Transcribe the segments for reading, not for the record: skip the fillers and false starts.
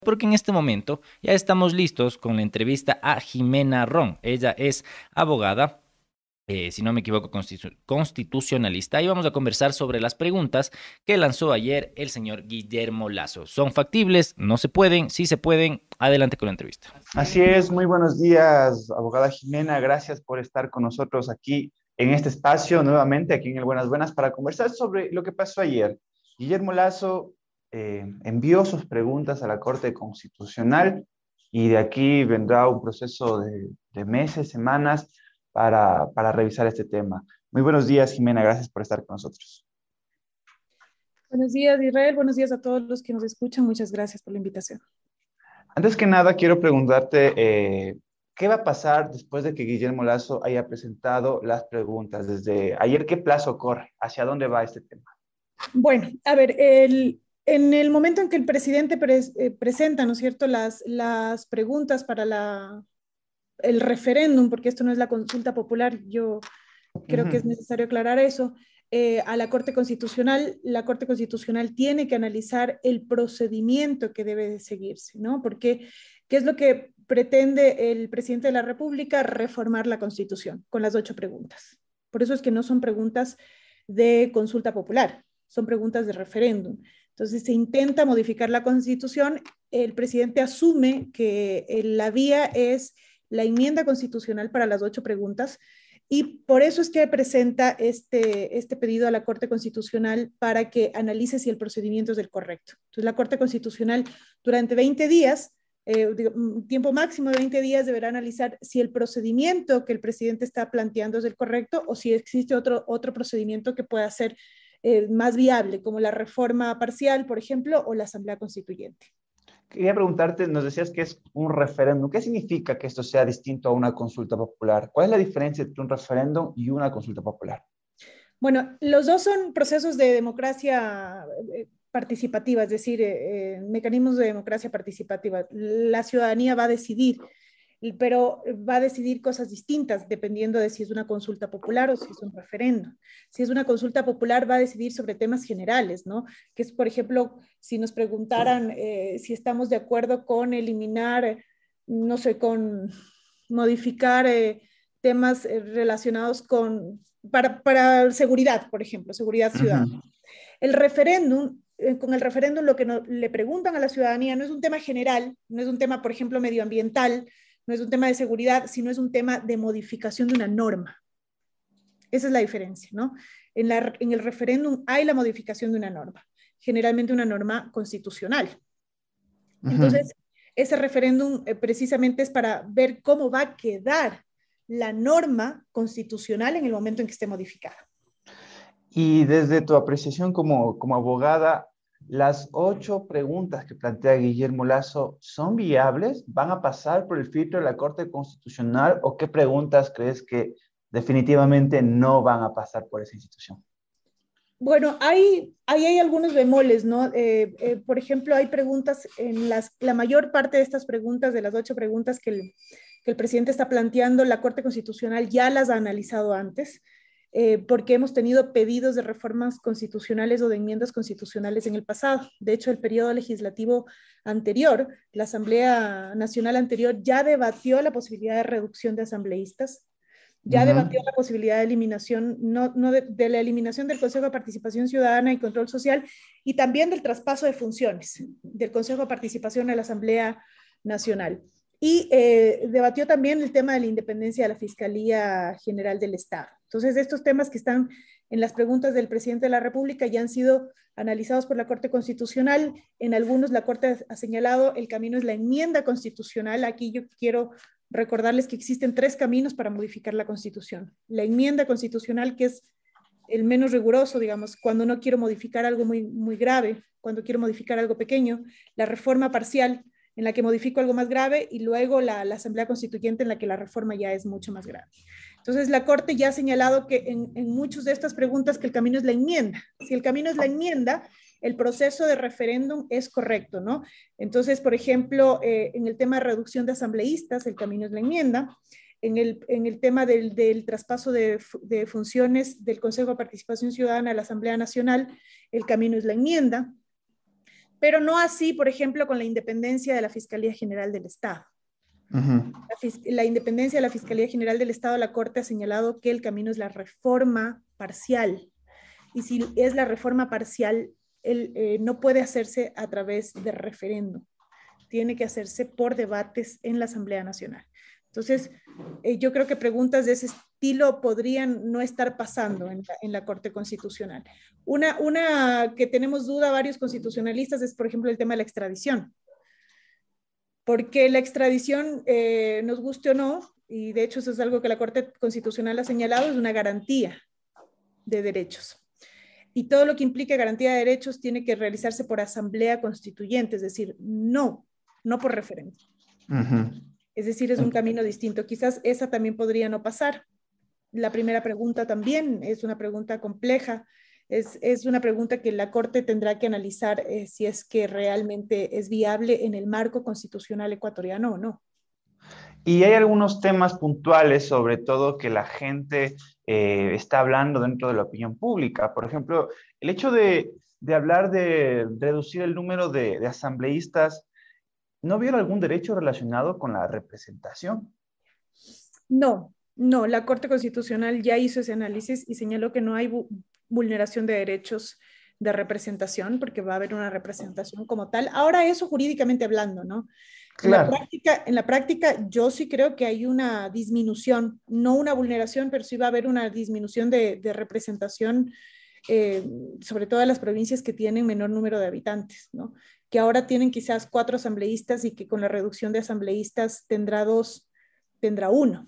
porque en este momento ya estamos listos con la entrevista a Jimena Ron. Ella es abogada, si no me equivoco, constitucionalista, y vamos a conversar sobre las preguntas que lanzó ayer el señor Guillermo Lasso. ¿Son factibles? ¿No se pueden? Sí se pueden. Adelante con la entrevista. Así es, muy buenos días, abogada Jimena. Gracias por estar con nosotros aquí en este espacio nuevamente, aquí en el Buenas Buenas, para conversar sobre lo que pasó ayer. Guillermo Lasso envió sus preguntas a la Corte Constitucional y de aquí vendrá un proceso de meses, semanas para revisar este tema. Muy buenos días, Jimena. Gracias por estar con nosotros. Buenos días, Israel. Buenos días a todos los que nos escuchan. Muchas gracias por la invitación. Antes que nada, quiero preguntarte, ¿qué va a pasar después de que Guillermo Lasso haya presentado las preguntas? Desde ayer, ¿qué plazo corre? ¿Hacia dónde va este tema? Bueno, a ver, en el momento en que el presidente presenta, ¿no es cierto?, las preguntas para el referéndum, porque esto no es la consulta popular, yo creo que es necesario aclarar eso, a la Corte Constitucional tiene que analizar el procedimiento que debe de seguirse, ¿no? Porque, ¿qué es lo que pretende el presidente de la República? Reformar la Constitución con las 8 preguntas. Por eso es que no son preguntas de consulta popular, son preguntas de referéndum. Entonces se intenta modificar la Constitución, el presidente asume que la vía es la enmienda constitucional para las 8 preguntas, y por eso es que presenta este pedido a la Corte Constitucional para que analice si el procedimiento es el correcto. Entonces, la Corte Constitucional durante 20 días, un tiempo máximo de 20 días, deberá analizar si el procedimiento que el presidente está planteando es el correcto o si existe otro procedimiento que pueda ser más viable, como la reforma parcial, por ejemplo, o la Asamblea Constituyente. Quería preguntarte, nos decías que es un referéndum. ¿Qué significa que esto sea distinto a una consulta popular? ¿Cuál es la diferencia entre un referéndum y una consulta popular? Bueno, los dos son procesos de democracia participativa, es decir, mecanismos de democracia participativa. La ciudadanía va a decidir, pero va a decidir cosas distintas dependiendo de si es una consulta popular o si es un referéndum. Si es una consulta popular, va a decidir sobre temas generales, ¿no? Que es, por ejemplo, si nos preguntaran si estamos de acuerdo con eliminar, no sé, con modificar temas relacionados para seguridad, por ejemplo, seguridad ciudadana. Ujú. El referéndum, con el referéndum lo que le preguntan a la ciudadanía no es un tema general, no es un tema, por ejemplo, medioambiental, no es un tema de seguridad, sino es un tema de modificación de una norma. Esa es la diferencia, ¿no? En el referéndum hay la modificación de una norma, generalmente una norma constitucional. Ujú. Entonces, ese referéndum precisamente es para ver cómo va a quedar la norma constitucional en el momento en que esté modificada. Y desde tu apreciación como abogada, ¿las 8 preguntas que plantea Guillermo Lasso son viables? ¿Van a pasar por el filtro de la Corte Constitucional o qué preguntas crees que definitivamente no van a pasar por esa institución? Bueno, ahí hay algunos bemoles, ¿no? Por ejemplo, hay preguntas la mayor parte de estas preguntas, de las 8 preguntas que el presidente está planteando, la Corte Constitucional ya las ha analizado antes, porque hemos tenido pedidos de reformas constitucionales o de enmiendas constitucionales en el pasado. De hecho, el periodo legislativo anterior, la Asamblea Nacional anterior, ya debatió la posibilidad de reducción de asambleístas, ya debatió Ujú. la posibilidad de eliminación, no de la eliminación del Consejo de Participación Ciudadana y Control Social, y también del traspaso de funciones del Consejo de Participación a la Asamblea Nacional. Y debatió también el tema de la independencia de la Fiscalía General del Estado. Entonces, estos temas que están en las preguntas del presidente de la República ya han sido analizados por la Corte Constitucional. En algunos la Corte ha señalado el camino es la enmienda constitucional. Aquí yo quiero recordarles que existen 3 caminos para modificar la Constitución. La enmienda constitucional, que es el menos riguroso, digamos, cuando no quiero modificar algo muy, muy grave, cuando quiero modificar algo pequeño. La reforma parcial, en la que modifico algo más grave, y luego la Asamblea Constituyente, en la que la reforma ya es mucho más grave. Entonces, la Corte ya ha señalado que en muchas de estas preguntas que el camino es la enmienda. Si el camino es la enmienda, el proceso de referéndum es correcto, ¿no? Entonces, por ejemplo, en el tema de reducción de asambleístas, el camino es la enmienda. En el tema del traspaso de funciones del Consejo de Participación Ciudadana a la Asamblea Nacional, el camino es la enmienda. pero no así, por ejemplo, con la independencia de la Fiscalía General del Estado. La independencia de la Fiscalía General del Estado, la Corte ha señalado que el camino es la reforma parcial. Y si es la reforma parcial, no puede hacerse a través de referéndum. Tiene que hacerse por debates en la Asamblea Nacional. Entonces, yo creo que preguntas de ese estilo podrían no estar pasando en la Corte Constitucional. Una que tenemos duda varios constitucionalistas es, por ejemplo, el tema de la extradición. Porque la extradición, nos guste o no, y de hecho eso es algo que la Corte Constitucional ha señalado, es una garantía de derechos. Y todo lo que implique garantía de derechos tiene que realizarse por asamblea constituyente, es decir, no por referéndum. Es decir, es un camino distinto. Quizás esa también podría no pasar. La primera pregunta también es una pregunta compleja. Es una pregunta que la Corte tendrá que analizar si es que realmente es viable en el marco constitucional ecuatoriano o no. Y hay algunos temas puntuales, sobre todo, que la gente está hablando dentro de la opinión pública. Por ejemplo, el hecho de hablar de reducir el número de asambleístas, ¿no viola algún derecho relacionado con la representación? No, la Corte Constitucional ya hizo ese análisis y señaló que no hay vulneración de derechos de representación, porque va a haber una representación como tal. Ahora eso jurídicamente hablando, ¿no? Claro. En la práctica, yo sí creo que hay una disminución, no una vulneración, pero sí va a haber una disminución de representación, sobre todo en las provincias que tienen menor número de habitantes, ¿no? Que ahora tienen quizás 4 asambleístas y que con la reducción de asambleístas tendrá 2, tendrá 1.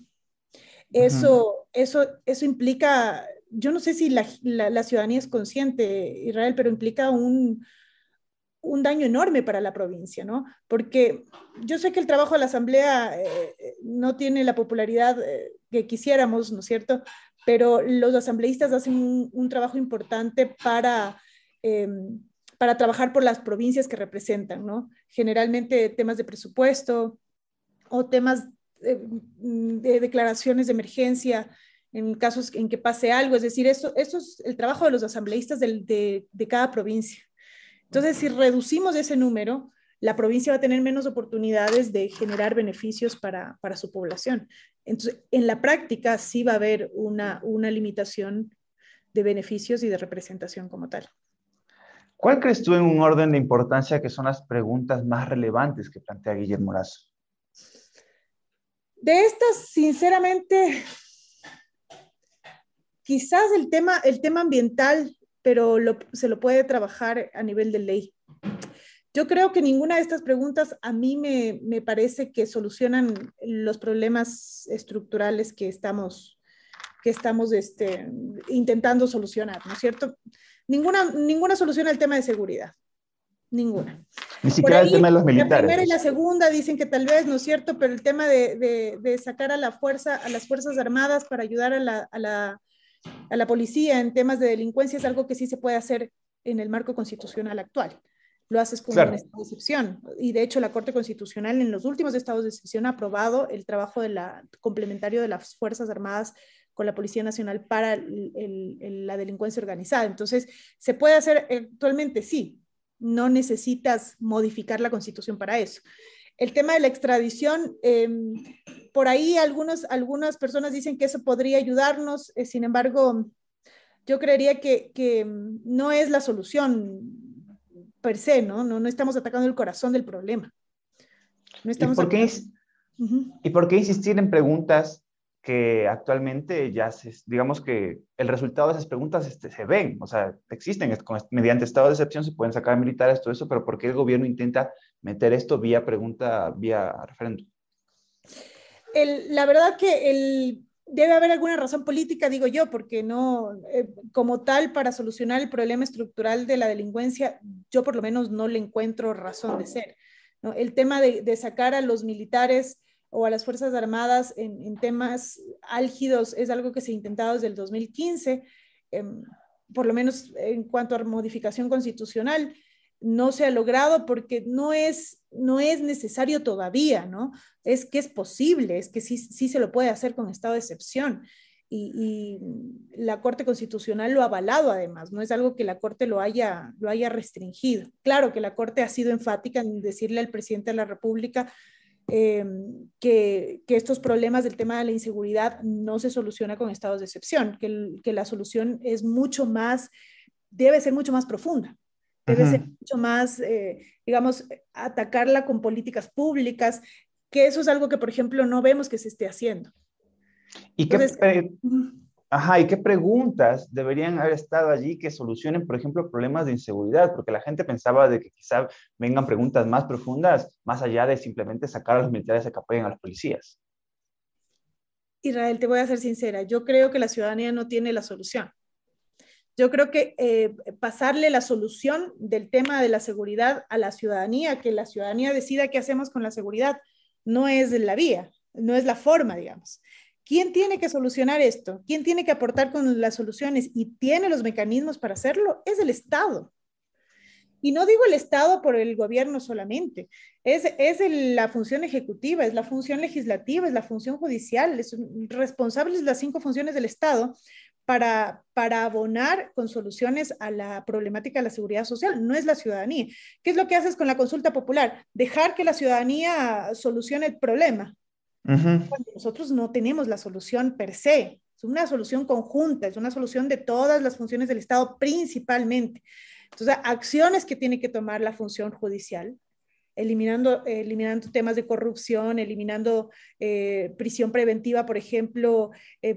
Eso implica, yo no sé si la ciudadanía es consciente, Israel, pero implica un daño enorme para la provincia, ¿no? Porque yo sé que el trabajo de la Asamblea no tiene la popularidad que quisiéramos, ¿no es cierto? Pero los asambleístas hacen un trabajo importante para trabajar por las provincias que representan, ¿no? Generalmente temas de presupuesto o temas de declaraciones de emergencia en casos en que pase algo. Es decir, eso es el trabajo de los asambleístas de cada provincia. Entonces, si reducimos ese número, la provincia va a tener menos oportunidades de generar beneficios para su población. Entonces, en la práctica sí va a haber una limitación de beneficios y de representación como tal. ¿Cuál crees tú en un orden de importancia que son las preguntas más relevantes que plantea Guillermo Lasso? De estas, sinceramente, quizás el tema ambiental, pero se lo puede trabajar a nivel de ley. Yo creo que ninguna de estas preguntas a mí me parece que solucionan los problemas estructurales que estamos intentando solucionar, ¿no es cierto? Ninguna solución al tema de seguridad. Ninguna. Ni siquiera el tema de los militares. La primera y la segunda dicen que tal vez, ¿no es cierto? Pero el tema de sacar a las Fuerzas Armadas para ayudar a la policía en temas de delincuencia es algo que sí se puede hacer en el marco constitucional actual. Lo haces como un estado de excepción. Y de hecho la Corte Constitucional en los últimos estados de excepción ha aprobado el trabajo complementario de las Fuerzas Armadas con la Policía Nacional para la delincuencia organizada. Entonces, ¿se puede hacer actualmente? Sí. No necesitas modificar la Constitución para eso. El tema de la extradición, por ahí algunas personas dicen que eso podría ayudarnos, sin embargo, yo creería que no es la solución per se, ¿no? No estamos atacando el corazón del problema. No estamos ¿Y por qué insistir en preguntas que actualmente digamos que el resultado de esas preguntas se ven, o sea, existen, mediante estado de excepción se pueden sacar militares, todo eso, pero ¿por qué el gobierno intenta meter esto vía referéndum? La verdad que debe haber alguna razón política, digo yo, porque no, como tal, para solucionar el problema estructural de la delincuencia, yo por lo menos no le encuentro razón de ser, ¿no? El tema de sacar a los militares o a las Fuerzas Armadas en temas álgidos es algo que se ha intentado desde el 2015, por lo menos en cuanto a modificación constitucional, no se ha logrado porque no es necesario todavía, ¿no? Es que es posible, es que sí se lo puede hacer con estado de excepción. y la Corte Constitucional lo ha avalado además, no es algo que la Corte lo haya restringido. Claro que la Corte ha sido enfática en decirle al presidente de la República que estos problemas del tema de la inseguridad no se soluciona con estados de excepción, que la solución es mucho más, debe ser mucho más profunda, debe ser mucho más, digamos, atacarla con políticas públicas, que eso es algo que, por ejemplo, no vemos que se esté haciendo. ¿Y Entonces, ¿y qué preguntas deberían haber estado allí que solucionen, por ejemplo, problemas de inseguridad? Porque la gente pensaba de que quizá vengan preguntas más profundas, más allá de simplemente sacar a los militares a que apoyen a los policías. Israel, te voy a ser sincera, yo creo que la ciudadanía no tiene la solución. Yo creo que pasarle la solución del tema de la seguridad a la ciudadanía, que la ciudadanía decida qué hacemos con la seguridad, no es la vía, no es la forma, digamos. ¿Quién tiene que solucionar esto? ¿Quién tiene que aportar con las soluciones y tiene los mecanismos para hacerlo? Es el Estado. Y no digo el Estado por el gobierno solamente, es la función ejecutiva, es la función legislativa, es la función judicial, es responsables de las 5 funciones del Estado para abonar con soluciones a la problemática de la seguridad social, no es la ciudadanía. ¿Qué es lo que haces con la consulta popular? Dejar que la ciudadanía solucione el problema. Cuando nosotros no tenemos la solución per se, es una solución conjunta, es una solución de todas las funciones del Estado principalmente. Entonces, acciones que tiene que tomar la función judicial, eliminando temas de corrupción, eliminando prisión preventiva, por ejemplo,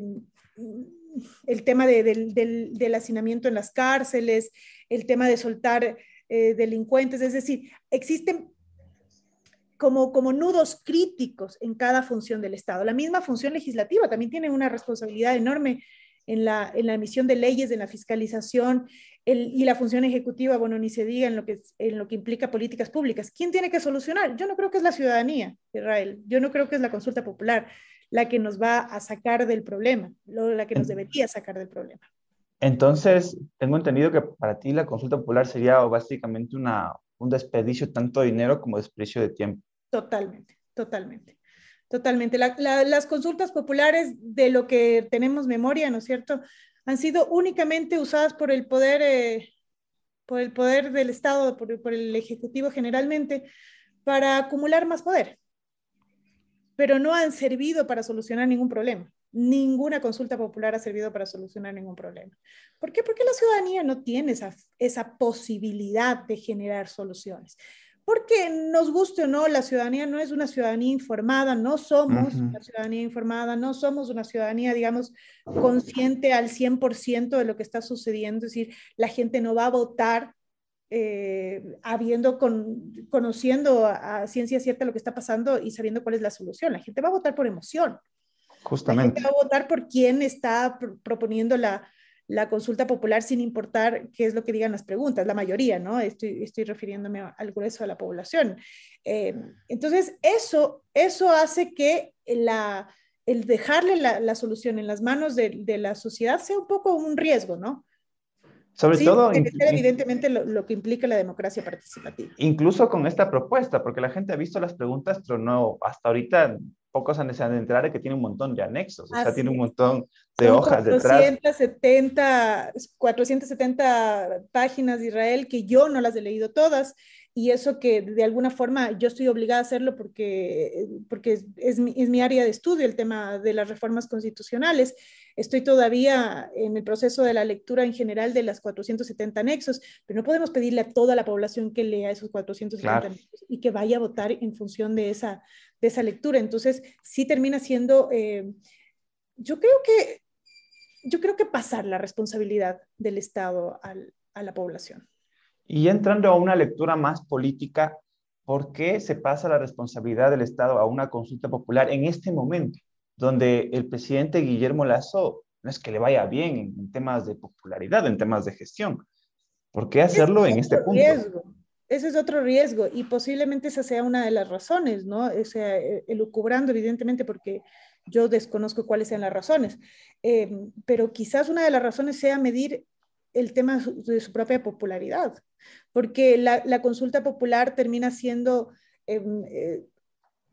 el tema del hacinamiento en las cárceles, el tema de soltar delincuentes, es decir, existen como nudos críticos en cada función del Estado. La misma función legislativa también tiene una responsabilidad enorme en la emisión de leyes, en la fiscalización, y la función ejecutiva, bueno, ni se diga en lo que implica políticas públicas. ¿Quién tiene que solucionar? Yo no creo que es la ciudadanía, Israel. Yo no creo que es la consulta popular la que nos va a sacar del problema, la que nos debería sacar del problema. Entonces, tengo entendido que para ti la consulta popular sería básicamente un desperdicio tanto de dinero como desperdicio de tiempo. Totalmente, totalmente. Totalmente. Las consultas populares, de lo que tenemos memoria, ¿no es cierto?, han sido únicamente usadas por el poder del Estado, por el Ejecutivo generalmente, para acumular más poder, pero no han servido para solucionar ningún problema. Ninguna consulta popular ha servido para solucionar ningún problema. ¿Por qué? Porque la ciudadanía no tiene esa posibilidad de generar soluciones. Porque nos guste o no, la ciudadanía no es una ciudadanía informada, no somos una ciudadanía informada, no somos una ciudadanía, digamos, consciente al 100% de lo que está sucediendo, es decir, la gente no va a votar conociendo a ciencia cierta lo que está pasando y sabiendo cuál es la solución. La gente va a votar por emoción. Justamente. La gente va a votar por quien está proponiendo la consulta popular sin importar qué es lo que digan las preguntas, la mayoría, ¿no? Estoy refiriéndome al grueso de la población. Entonces, eso hace que el dejarle la solución en las manos de la sociedad sea un poco un riesgo, ¿no? Sobre Sí, todo, evidentemente lo que implica la democracia participativa. incluso con esta propuesta, porque la gente ha visto las preguntas, pero no, hasta ahorita pocos se han de enterar de que tiene un montón de anexos, o sea, tiene un montón de Son hojas detrás. 470 páginas de Israel que yo no las he leído todas, y eso que de alguna forma yo estoy obligada a hacerlo porque es mi área de estudio, el tema de las reformas constitucionales. Estoy todavía en el proceso de la lectura en general de las 470 anexos, pero no podemos pedirle a toda la población que lea esos 470 anexos y que vaya a votar en función de esa lectura. Entonces, sí termina siendo, yo creo que pasar la responsabilidad del Estado a la población. Y entrando a una lectura más política, ¿por qué se pasa la responsabilidad del Estado a una consulta popular en este momento, donde el presidente Guillermo Lasso no es que le vaya bien en temas de popularidad, en temas de gestión? ¿Por qué hacerlo en este punto? Ese es otro riesgo, y posiblemente esa sea una de las razones, ¿no? O sea, elucubrando evidentemente porque yo desconozco cuáles sean las razones, pero quizás una de las razones sea medir el tema de su propia popularidad, porque la consulta popular termina siendo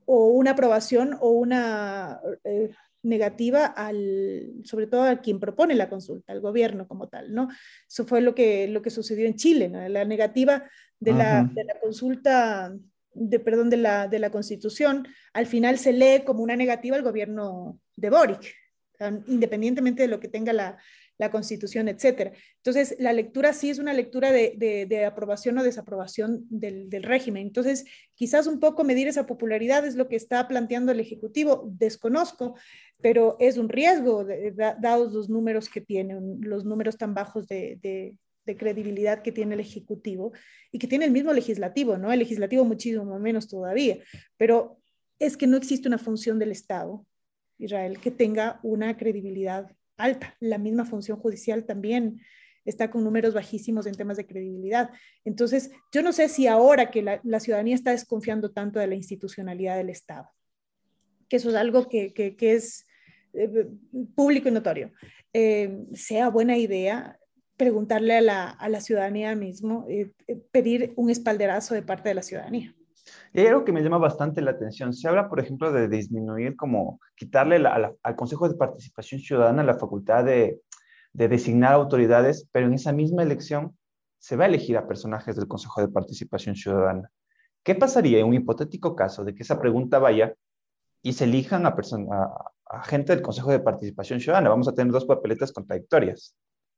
o una aprobación o una negativa sobre todo a quien propone la consulta, al gobierno como tal, ¿no? Eso fue lo que sucedió en Chile, ¿no? La negativa de la consulta, perdón, de la Constitución, al final se lee como una negativa al gobierno de Boric, independientemente de lo que tenga la Constitución, etcétera. Entonces, la lectura sí es una lectura de aprobación o desaprobación del régimen. Entonces, quizás un poco medir esa popularidad es lo que está planteando el Ejecutivo, desconozco, pero es un riesgo, dados los números que tienen, los números tan bajos de credibilidad que tiene el Ejecutivo y que tiene el mismo Legislativo, ¿no? El Legislativo muchísimo menos todavía, pero es que no existe una función del Estado, Israel, que tenga una credibilidad alta. La misma función judicial también está con números bajísimos en temas de credibilidad. Entonces, yo no sé si ahora que la ciudadanía está desconfiando tanto de la institucionalidad del Estado, que eso es algo que es público y notorio, sea buena idea preguntarle a la ciudadanía mismo, pedir un espaldarazo de parte de la ciudadanía. Y hay algo que me llama bastante la atención. Se habla, por ejemplo, de disminuir, como quitarle al Consejo de Participación Ciudadana la facultad de designar autoridades, pero en esa misma elección se va a elegir a personajes del Consejo de Participación Ciudadana. ¿Qué pasaría en un hipotético caso de que esa pregunta vaya y se elijan a gente del Consejo de Participación Ciudadana? Vamos a tener dos papeletas contradictorias.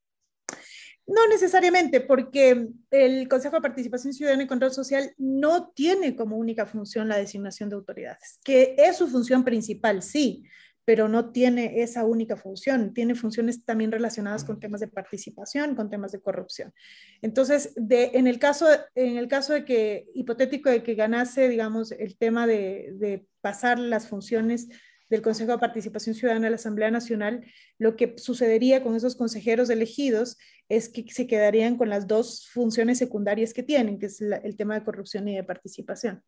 No necesariamente, porque el Consejo de Participación Ciudadana y Control Social no tiene como única función la designación de autoridades, que es su función principal, sí, pero no tiene esa única función, tiene funciones también relacionadas con temas de participación, con temas de corrupción. Entonces, en el caso de que, hipotético de que ganase, digamos, el tema de pasar las funciones del Consejo de Participación Ciudadana a la Asamblea Nacional, lo que sucedería con esos consejeros elegidos es que se quedarían con las dos funciones secundarias que tienen, que es el tema de corrupción y de participación.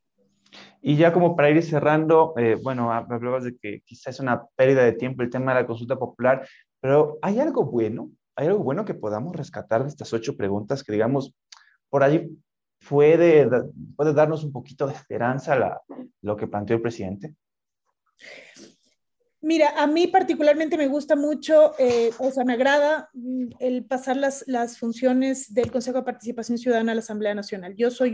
Y ya como para ir cerrando, bueno, hablabas de que quizás es una pérdida de tiempo el tema de la consulta popular, pero ¿hay algo bueno que podamos rescatar de estas 8 preguntas que, digamos, por allí puede darnos un poquito de esperanza lo que planteó el presidente? Mira, a mí particularmente me gusta mucho, o sea, me agrada el pasar las funciones del Consejo de Participación Ciudadana a la Asamblea Nacional. Yo soy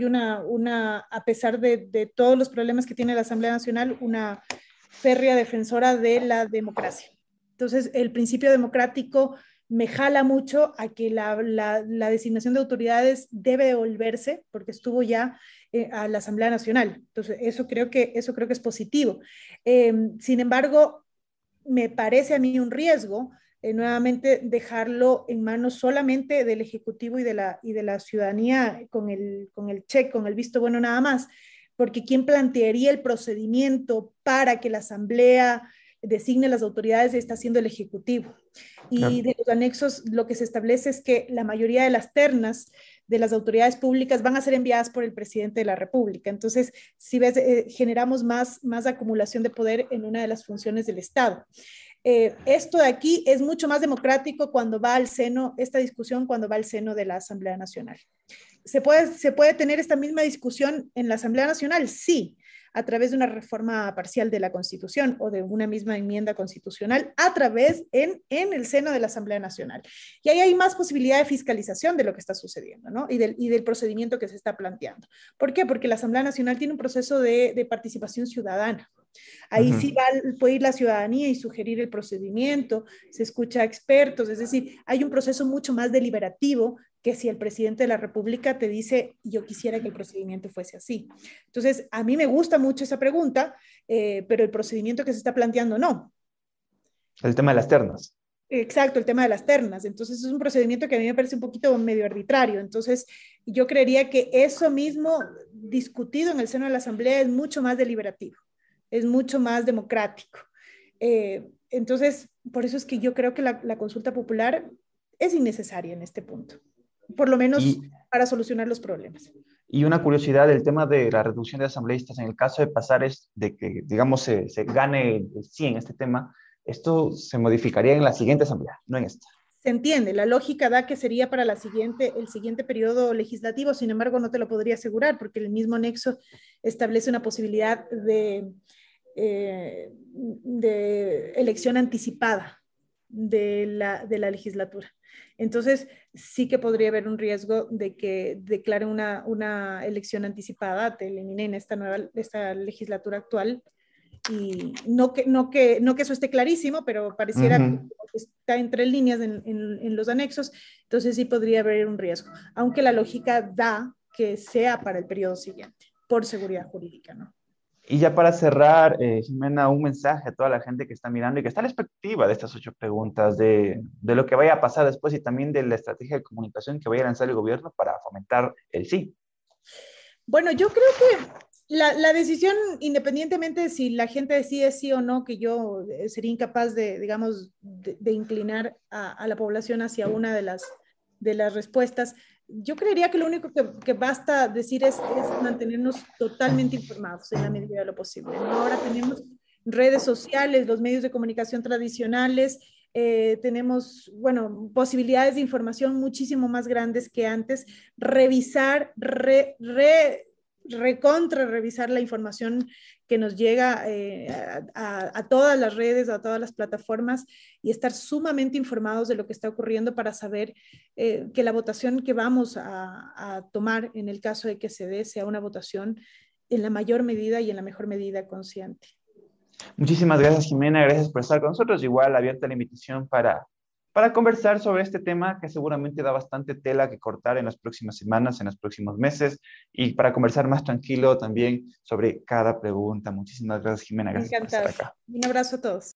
a pesar de todos los problemas que tiene la Asamblea Nacional, una férrea defensora de la democracia. Entonces, el principio democrático me jala mucho a que la designación de autoridades debe devolverse, porque estuvo ya a la Asamblea Nacional. Entonces, eso creo que es positivo. Sin embargo, me parece a mí un riesgo nuevamente dejarlo en manos solamente del Ejecutivo y de la ciudadanía con el check, con el visto bueno nada más, porque ¿quién plantearía el procedimiento para que la Asamblea designe las autoridades está siendo el Ejecutivo? Y de los anexos lo que se establece es que la mayoría de las ternas de las autoridades públicas van a ser enviadas por el presidente de la República. Entonces, si ves, generamos más acumulación de poder en una de las funciones del Estado. Esto de aquí es mucho más democrático cuando va al seno, esta discusión cuando va al seno de la Asamblea Nacional. ¿Se puede tener esta misma discusión en la Asamblea Nacional? Sí, a través de una reforma parcial de la Constitución o de una misma enmienda constitucional a través en el seno de la Asamblea Nacional. Y ahí hay más posibilidad de fiscalización de lo que está sucediendo, ¿no? Y del procedimiento que se está planteando. ¿Por qué? Porque la Asamblea Nacional tiene un proceso de participación ciudadana. Ahí sí puede ir la ciudadanía y sugerir el procedimiento, se escucha a expertos, es decir, hay un proceso mucho más deliberativo que si el presidente de la República te dice, yo quisiera que el procedimiento fuese así. Entonces, a mí me gusta mucho esa pregunta, pero el procedimiento que se está planteando no. El tema de las ternas. Exacto, el tema de las ternas. Entonces, es un procedimiento que a mí me parece un poquito medio arbitrario. Entonces, yo creería que eso mismo discutido en el seno de la Asamblea es mucho más deliberativo, es mucho más democrático. Entonces, por eso es que yo creo que la consulta popular es innecesaria en este punto, por lo menos para solucionar los problemas. Y una curiosidad, el tema de la reducción de asambleístas, en el caso de pasar es de que, digamos, se gane el sí en este tema, esto se modificaría en la siguiente asamblea, no en esta. se entiende, la lógica da que sería para el siguiente periodo legislativo, sin embargo no te lo podría asegurar porque el mismo anexo establece una posibilidad de elección anticipada de la legislatura. Entonces, sí que podría haber un riesgo de que declaren una elección anticipada, te eliminen esta legislatura actual, y no que eso esté clarísimo, pero pareciera que está entre líneas en los anexos, entonces sí podría haber un riesgo, aunque la lógica da que sea para el periodo siguiente, por seguridad jurídica, ¿no? Y ya para cerrar, Jimena, un mensaje a toda la gente que está mirando y que está a la expectativa de estas 8 preguntas, de lo que vaya a pasar después y también de la estrategia de comunicación que vaya a lanzar el gobierno para fomentar el sí. Bueno, yo creo que la decisión, independientemente de si la gente decide sí o no, que yo sería incapaz de, digamos, de inclinar a la población hacia una de las respuestas, yo creería que lo único que basta decir es mantenernos totalmente informados en la medida de lo posible, ¿no? Ahora tenemos redes sociales, los medios de comunicación tradicionales, tenemos, bueno, posibilidades de información muchísimo más grandes que antes. Revisar, revisar la información que nos llega a todas las redes, a todas las plataformas y estar sumamente informados de lo que está ocurriendo para saber que la votación que vamos a tomar en el caso de que se dé sea una votación en la mayor medida y en la mejor medida consciente. Muchísimas gracias, Jimena. Gracias por estar con nosotros. Igual abierta la invitación para conversar sobre este tema que seguramente da bastante tela que cortar en las próximas semanas, en los próximos meses, y para conversar más tranquilo también sobre cada pregunta. Muchísimas gracias, Jimena. Gracias por estar Encantada. acá. Un abrazo a todos.